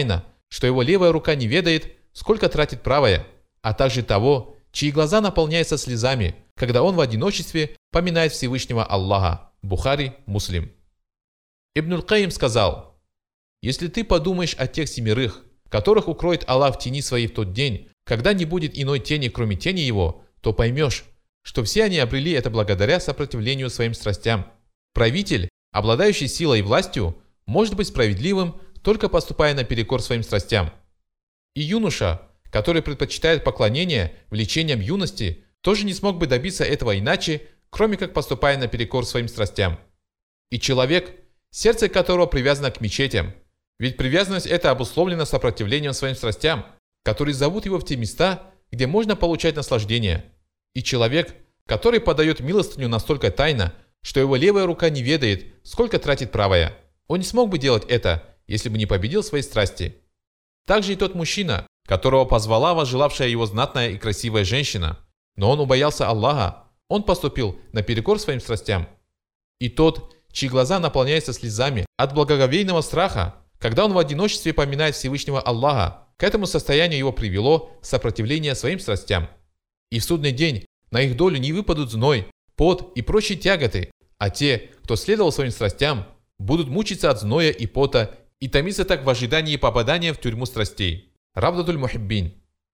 что его левая рука не ведает, сколько тратит правая, а также того, чьи глаза наполняются слезами, когда он в одиночестве поминает Всевышнего Аллаха. Бухари, Муслим. Ибн аль-Каим сказал: «Если ты подумаешь о тех семерых, которых укроет Аллах в тени своей в тот день, когда не будет иной тени, кроме тени его, то поймешь, что все они обрели это благодаря сопротивлению своим страстям. Правитель, обладающий силой и властью, может быть справедливым, только поступая наперекор своим страстям. И юноша, который предпочитает поклонение влечениям юности, тоже не смог бы добиться этого иначе, кроме как поступая наперекор своим страстям. И человек, сердце которого привязано к мечетям, ведь привязанность эта обусловлена сопротивлением своим страстям, которые зовут его в те места, где можно получать наслаждение. И человек, который подает милостыню настолько тайно, что его левая рука не ведает, сколько тратит правая. Он не смог бы делать это, если бы не победил свои страсти. Также и тот мужчина, которого позвала возжелавшая его знатная и красивая женщина, но он убоялся Аллаха, он поступил наперекор своим страстям. И тот, чьи глаза наполняются слезами от благоговейного страха, когда он в одиночестве поминает Всевышнего Аллаха, к этому состоянию его привело сопротивление своим страстям. И в судный день на их долю не выпадут зной, пот и прочие тяготы, а те, кто следовал своим страстям, будут мучиться от зноя и пота и томиться так в ожидании попадания в тюрьму страстей. Равдатуль Мухиббин.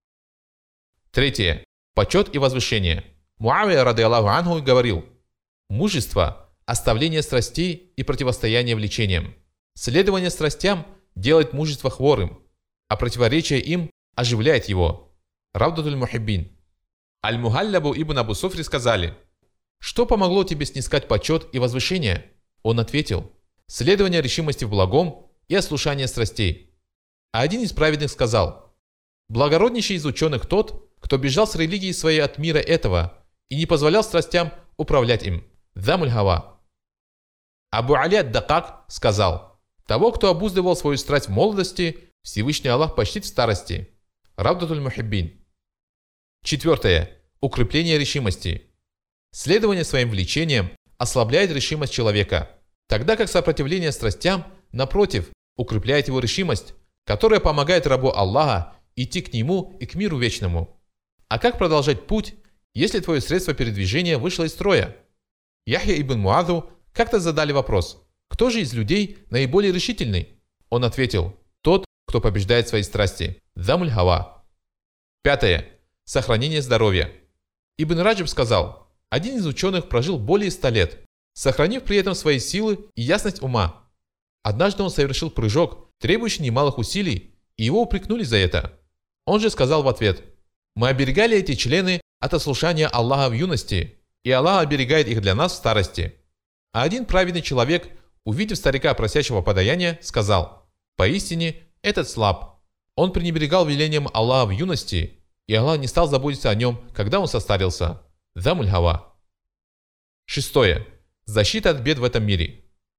Третье. Почет и возвышение. Муавия, рады Аллаху анху, говорил: мужество, оставление страстей и противостояние влечениям. Следование страстям делает мужество хворым, а противоречие им оживляет его. Равдатуль Мухиббин. Аль-Мухаллабу ибн Абу Суфри сказали: что помогло тебе снискать почет и возвышение? Он ответил: следование решимости в благом и ослушание страстей. А один из праведных сказал: благороднейший из ученых тот, кто бежал с религии своей от мира этого и не позволял страстям управлять им. Замуль Хава. Абу Али ад-Дакак сказал: того, кто обуздывал свою страсть в молодости, Всевышний Аллах почтит в старости. Равдатуль Мухиббин. Четвертое. Укрепление решимости. Следование своим влечениям ослабляет решимость человека, тогда как сопротивление страстям, напротив, укрепляет его решимость, которая помогает рабу Аллаха идти к нему и к миру вечному. А как продолжать путь, если твое средство передвижения вышло из строя? Яхья ибн Муазу как-то задали вопрос: кто же из людей наиболее решительный? Он ответил: тот, кто побеждает свои страсти. Замуль Хава. Пятое. Сохранение здоровья. Ибн Раджаб сказал: один из ученых прожил более ста лет, сохранив при этом свои силы и ясность ума. Однажды он совершил прыжок, требующий немалых усилий, и его упрекнули за это. Он же сказал в ответ: мы оберегали эти члены от ослушания Аллаха в юности, и Аллах оберегает их для нас в старости. А один праведный человек, увидев старика, просящего подаяния, сказал: поистине, этот слаб. Он пренебрегал велением Аллаха в юности, и Аллах не стал заботиться о нем, когда он состарился. Замуль Хава. Шестое. Защита от бед в этом мире.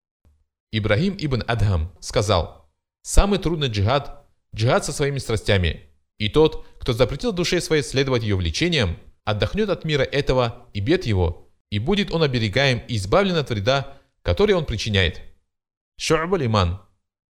Ибрахим ибн Адхам сказал: самый трудный джихад – джихад со своими страстями. И тот, кто запретил душе своей следовать ее влечениям, отдохнет от мира этого и бед его, и будет он оберегаем и избавлен от вреда, который он причиняет. Шу'буль Иман.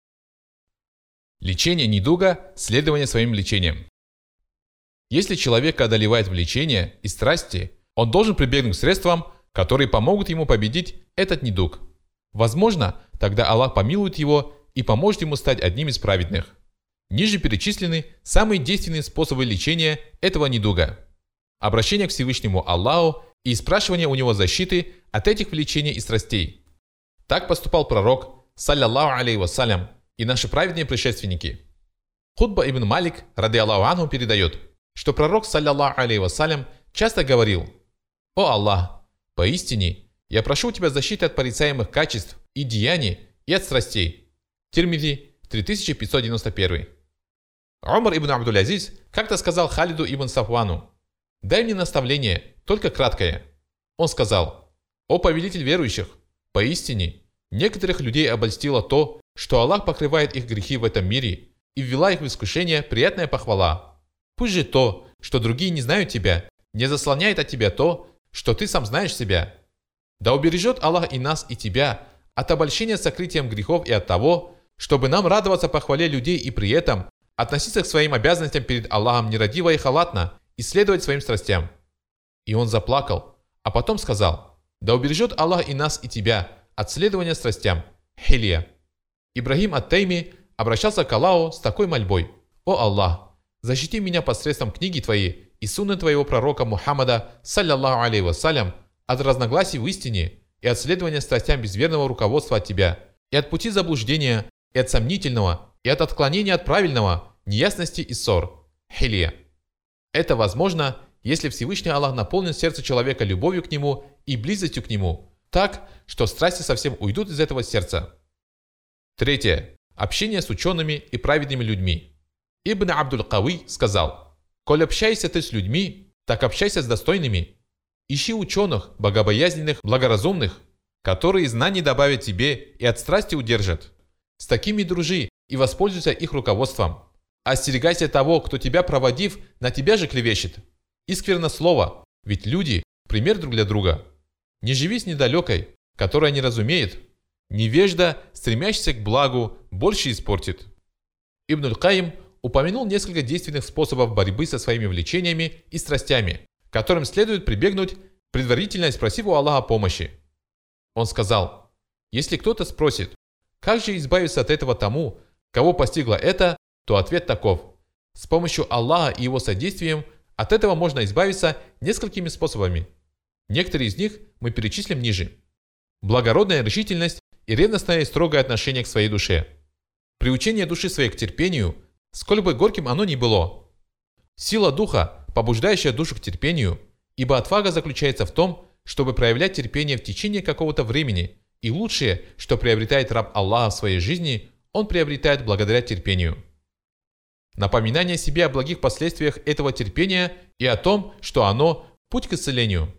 Лечение недуга – следование своим влечениям. Если человека одолевает влечение и страсти, он должен прибегнуть к средствам, которые помогут ему победить этот недуг. Возможно, тогда Аллах помилует его и поможет ему стать одним из праведных. Ниже перечислены самые действенные способы лечения этого недуга. Обращение к Всевышнему Аллаху и спрашивание у него защиты от этих влечений и страстей. Так поступал пророк, саллаллаху алейхи вассалям, и наши праведные предшественники. Хутба ибн Малик, рады Аллаху анху, передает, что пророк, саллаллаху алейхи вассалям, часто говорил: «О Аллах, поистине, я прошу у тебя защиты от порицаемых качеств и деяний и от страстей». Тирмизи, три тысячи пятьсот девяносто один. Умар ибн Абдуль-Азиз как-то сказал Халиду ибн Сафвану: «Дай мне наставление, только краткое». Он сказал: «О повелитель верующих, поистине, некоторых людей обольстило то, что Аллах покрывает их грехи в этом мире, и ввела их в искушение приятная похвала. Пусть же то, что другие не знают тебя, не заслоняет от тебя то, что ты сам знаешь себя. Да убережет Аллах и нас, и тебя от обольщения сокрытием грехов и от того, чтобы нам радоваться похвале людей и при этом относиться к своим обязанностям перед Аллахом нерадиво и халатно и следовать своим страстям. И он заплакал, а потом сказал: «Да убережет Аллах и нас, и тебя от следования страстям». Хилия. Ибрагим ат-Тайми обращался к Аллаху с такой мольбой: «О Аллах, защити меня посредством книги Твоей и сунны Твоего пророка Мухаммада, саллаллаху алейхи вассалям, от разногласий в истине и от следования страстям без верного руководства от Тебя, и от пути заблуждения, и от сомнительного, и от отклонения от правильного, неясности и ссор». Хилия. Это возможно, если Всевышний Аллах наполнит сердце человека любовью к Нему и близостью к Нему, так, что страсти совсем уйдут из этого сердца. Третье. Общение с учеными и праведными людьми. Ибн Абдуль-Кави сказал: «Коль общайся ты с людьми, так общайся с достойными. Ищи ученых, богобоязненных, благоразумных, которые знаний добавят тебе и от страсти удержат. С такими дружи и воспользуйся их руководством. Остерегайся того, кто тебя, проводив, на тебя же клевещет. И сквернослово, ведь люди – пример друг для друга. Не живи с недалекой, которая не разумеет. Невежда, стремящийся к благу, больше испортит». Ибн аль-Каим упомянул несколько действенных способов борьбы со своими влечениями и страстями, к которым следует прибегнуть, предварительно спросив у Аллаха помощи. Он сказал: «Если кто-то спросит, как же избавиться от этого тому, кого постигло это, то ответ таков: с помощью Аллаха и его содействием от этого можно избавиться несколькими способами. Некоторые из них мы перечислим ниже. Благородная решительность и ревностное и строгое отношение к своей душе. Приучение души своей к терпению, сколь бы горьким оно ни было. Сила духа, побуждающая душу к терпению, ибо отвага заключается в том, чтобы проявлять терпение в течение какого-то времени, и лучшее, что приобретает раб Аллаха в своей жизни, он приобретает благодаря терпению. Напоминание себе о благих последствиях этого терпения и о том, что оно – путь к исцелению.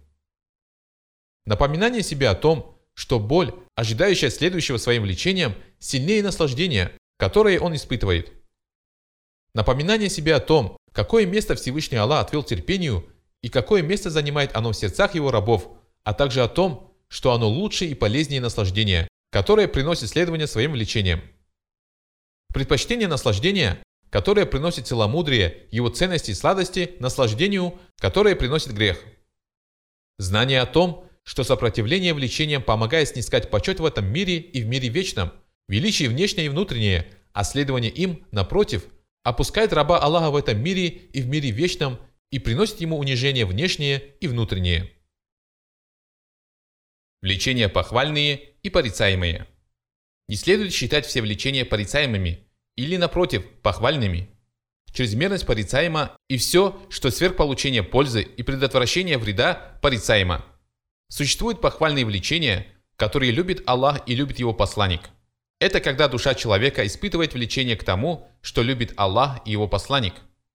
Напоминание себе о том, что боль, ожидающая следующего своим влечением, сильнее наслаждения, которое он испытывает. Напоминание себе о том, какое место Всевышний Аллах отвел терпению и какое место занимает оно в сердцах его рабов, а также о том, что оно лучше и полезнее наслаждения, которое приносит следование своим влечениям. Предпочтение наслаждения, которое приносит целомудрие, его ценности и сладости, наслаждению, которое приносит грех. Знание о том, что сопротивление влечениям помогает снискать почет в этом мире и в мире вечном, величие внешнее и внутреннее, а следование им, напротив, опускает раба Аллаха в этом мире и в мире вечном и приносит ему унижение внешнее и внутреннее. Влечения похвальные и порицаемые. Не следует считать все влечения порицаемыми или, напротив, похвальными. Чрезмерность порицаема, и все, что сверх получения пользы и предотвращения вреда, порицаемо. Существуют похвальные влечения, которые любит Аллах и любит его посланник. Это когда душа человека испытывает влечение к тому, что любит Аллах и его посланник.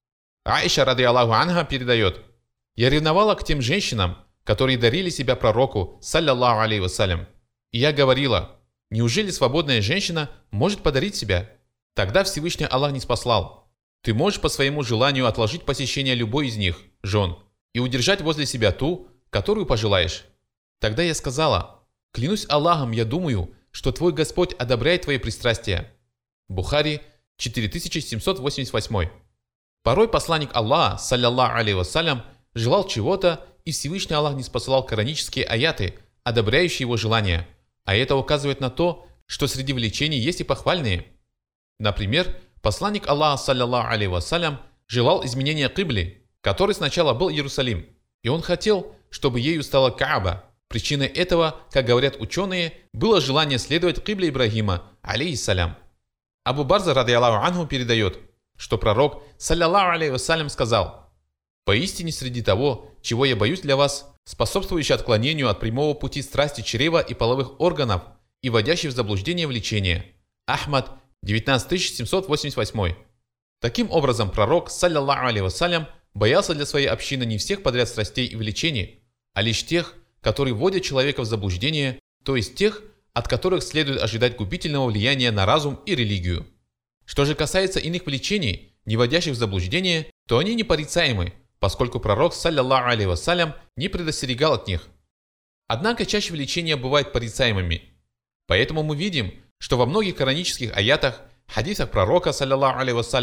Аиша, ради Аллаху анха, передает: «Я ревновала к тем женщинам, которые дарили себя пророку, саллаллаху алейхи вассалям. И я говорила: неужели свободная женщина может подарить себя? Тогда Всевышний Аллах не спаслал. Ты можешь по своему желанию отложить посещение любой из них, жен, и удержать возле себя ту, которую пожелаешь». Тогда я сказала: «Клянусь Аллахом, я думаю, что твой Господь одобряет твои пристрастия». Бухари, четыре тысячи семьсот восемьдесят восемь. Порой посланник Аллаха, саллаллаху алейхи вассалям, желал чего-то, и Всевышний Аллах не спасал коранические аяты, одобряющие его желания, а это указывает на то, что среди влечений есть и похвальные. Например, посланник Аллаха, саллаллаху алейхи вассалям, желал изменения кибли, который сначала был Иерусалим, и он хотел, чтобы ею стала Кааба. Причиной этого, как говорят ученые, было желание следовать кибле Ибрагима, алейхиссалям. Абу Барза, ради Аллаху анху, передает, что пророк, саллаллаху алейхи вассалям, сказал: «Поистине среди того, чего я боюсь для вас, способствующий отклонению от прямого пути страсти чрева и половых органов и вводящий в заблуждение влечения». Ахмад, девятнадцать тысяч семьсот восемьдесят восемь. Таким образом, пророк, саллаллаху алейхи вассалям, боялся для своей общины не всех подряд страстей и влечений, а лишь тех, которые вводят человека в заблуждение, то есть тех, от которых следует ожидать губительного влияния на разум и религию. Что же касается иных влечений, не вводящих в заблуждение, то они непорицаемы, поскольку пророк, саллаллаху алейхи вассалям, не предостерегал от них. Однако чаще влечения бывают порицаемыми. Поэтому мы видим, что во многих коранических аятах, хадисах пророка, саллаллаху алейхи вассалям,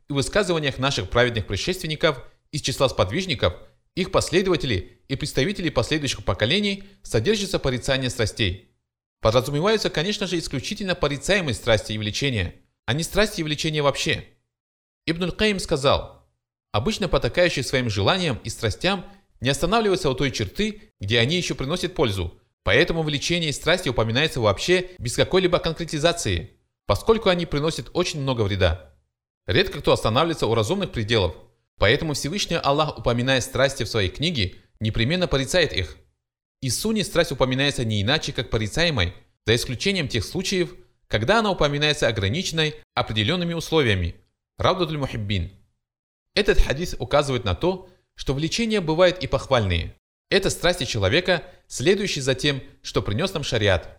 и высказываниях наших праведных предшественников из числа сподвижников, их последователей и представителей последующих поколений содержится порицание страстей. Подразумеваются, конечно же, исключительно порицаемые страсти и влечения, а не страсти и влечения вообще. Ибн аль-Каим сказал: обычно потакающие своим желаниям и страстям не останавливаются у той черты, где они еще приносят пользу, поэтому влечение и страсти упоминается вообще без какой-либо конкретизации, поскольку они приносят очень много вреда. Редко кто останавливается у разумных пределов, поэтому Всевышний Аллах, упоминая страсти в своей книге, непременно порицает их. И в Сунне страсть упоминается не иначе, как порицаемой, за исключением тех случаев, когда она упоминается ограниченной определенными условиями. Раудатуль Мухиббин. Этот хадис указывает на то, что влечения бывают и похвальные. Это страсти человека, следующие за тем, что принес нам шариат.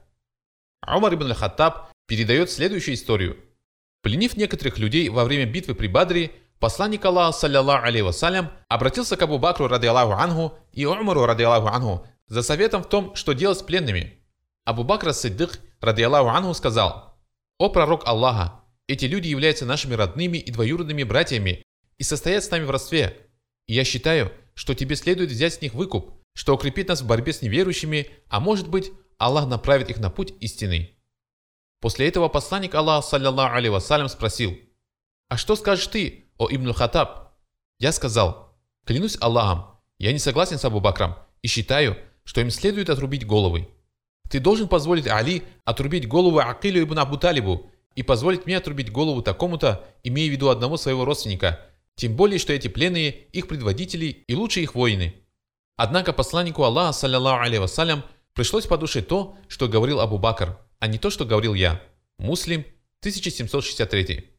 Умар ибн аль-Хаттаб передает следующую историю. Пленив некоторых людей во время битвы при Бадре, посланник Аллаха, саллиллаху алейхи вассалям, обратился к Абу Бакру, радиаллаху анху, и Умару, радиаллаху анху, за советом в том, что делать с пленными. Абу Бакр ас-Сиддик, радиаллаху анху, сказал: «О пророк Аллаха, эти люди являются нашими родными и двоюродными братьями и состоят с нами в родстве. И я считаю, что тебе следует взять с них выкуп, что укрепит нас в борьбе с неверующими, а может быть, Аллах направит их на путь истинный». После этого посланник Аллаха, саллиллаху алейхи вассалям, спросил: «А что скажешь ты, о Ибн аль-Хаттаб?» Я сказал: «Клянусь Аллахом, я не согласен с Абу Бакром и считаю, что им следует отрубить головы. Ты должен позволить Али отрубить голову Акилю ибн Абу Талибу и позволить мне отрубить голову такому-то, имея в виду одного своего родственника, тем более, что эти пленные – их предводители и лучшие их воины». Однако посланнику Аллаха, саллиллаху алейхи вассалям, пришлось по душе то, что говорил Абу Бакр, а не то, что говорил я. Муслим, тысяча семьсот шестьдесят три.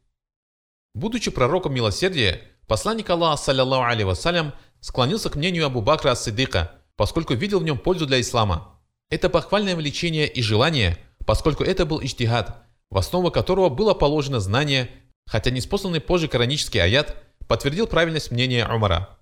Будучи пророком милосердия, посланник Аллаха, саллиллаху алейхи вассалям, склонился к мнению Абу Бакра ас-Сиддика, поскольку видел в нем пользу для ислама. Это похвальное влечение и желание, поскольку это был иджтихад, в основу которого было положено знание, хотя ниспосланный позже коранический аят подтвердил правильность мнения Умара.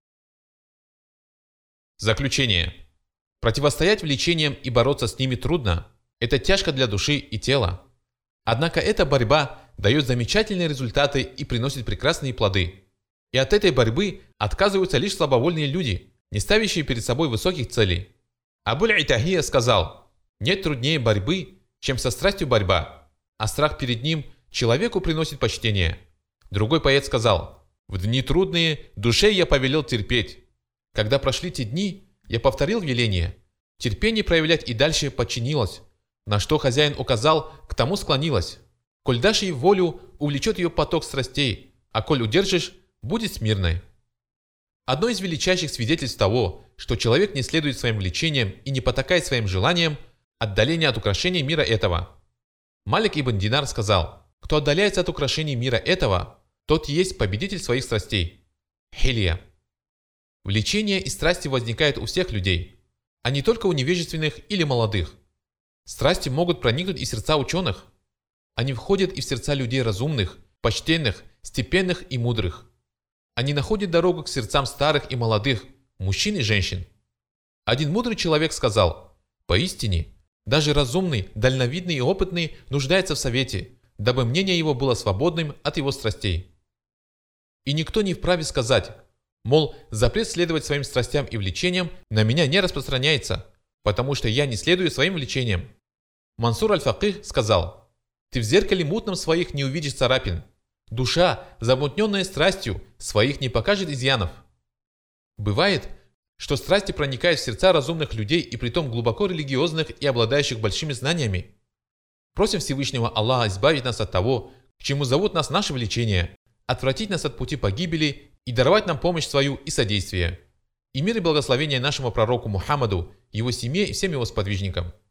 Заключение. Противостоять влечениям и бороться с ними трудно. Это тяжко для души и тела. Однако эта борьба дает замечательные результаты и приносит прекрасные плоды. И от этой борьбы отказываются лишь слабовольные люди, не ставящие перед собой высоких целей. Абуль-Итахия сказал: «Нет труднее борьбы, чем со страстью борьба, а страх перед ним человеку приносит почтение». Другой поэт сказал: «В дни трудные душе я повелел терпеть. Когда прошли те дни, я повторил веление. Терпение проявлять и дальше подчинилось. На что хозяин указал, к тому склонилась. Коль дашь ей волю, увлечет ее поток страстей, а коль удержишь, будет смирной». Одно из величайших свидетельств того, что человек не следует своим влечениям и не потакает своим желаниям, отдаление от украшений мира этого. Малик ибн Динар сказал: «Кто отдаляется от украшений мира этого, тот есть победитель своих страстей». Хилья. Влечение и страсти возникают у всех людей, а не только у невежественных или молодых. Страсти могут проникнуть и в сердца ученых. Они входят и в сердца людей разумных, почтенных, степенных и мудрых. Они находят дорогу к сердцам старых и молодых, мужчин и женщин. Один мудрый человек сказал: «Поистине, даже разумный, дальновидный и опытный нуждается в совете, дабы мнение его было свободным от его страстей». И никто не вправе сказать, мол, запрет следовать своим страстям и влечениям на меня не распространяется, потому что я не следую своим влечениям. Мансур аль-Факих сказал: «Ты в зеркале мутном своих не увидишь царапин. Душа, замутненная страстью, своих не покажет изъянов». Бывает, что страсти проникают в сердца разумных людей и притом глубоко религиозных и обладающих большими знаниями. Просим Всевышнего Аллаха избавить нас от того, к чему зовут нас наши влечения, отвратить нас от пути погибели и даровать нам помощь свою и содействие. И мир и благословение нашему пророку Мухаммаду, его семье и всем его сподвижникам.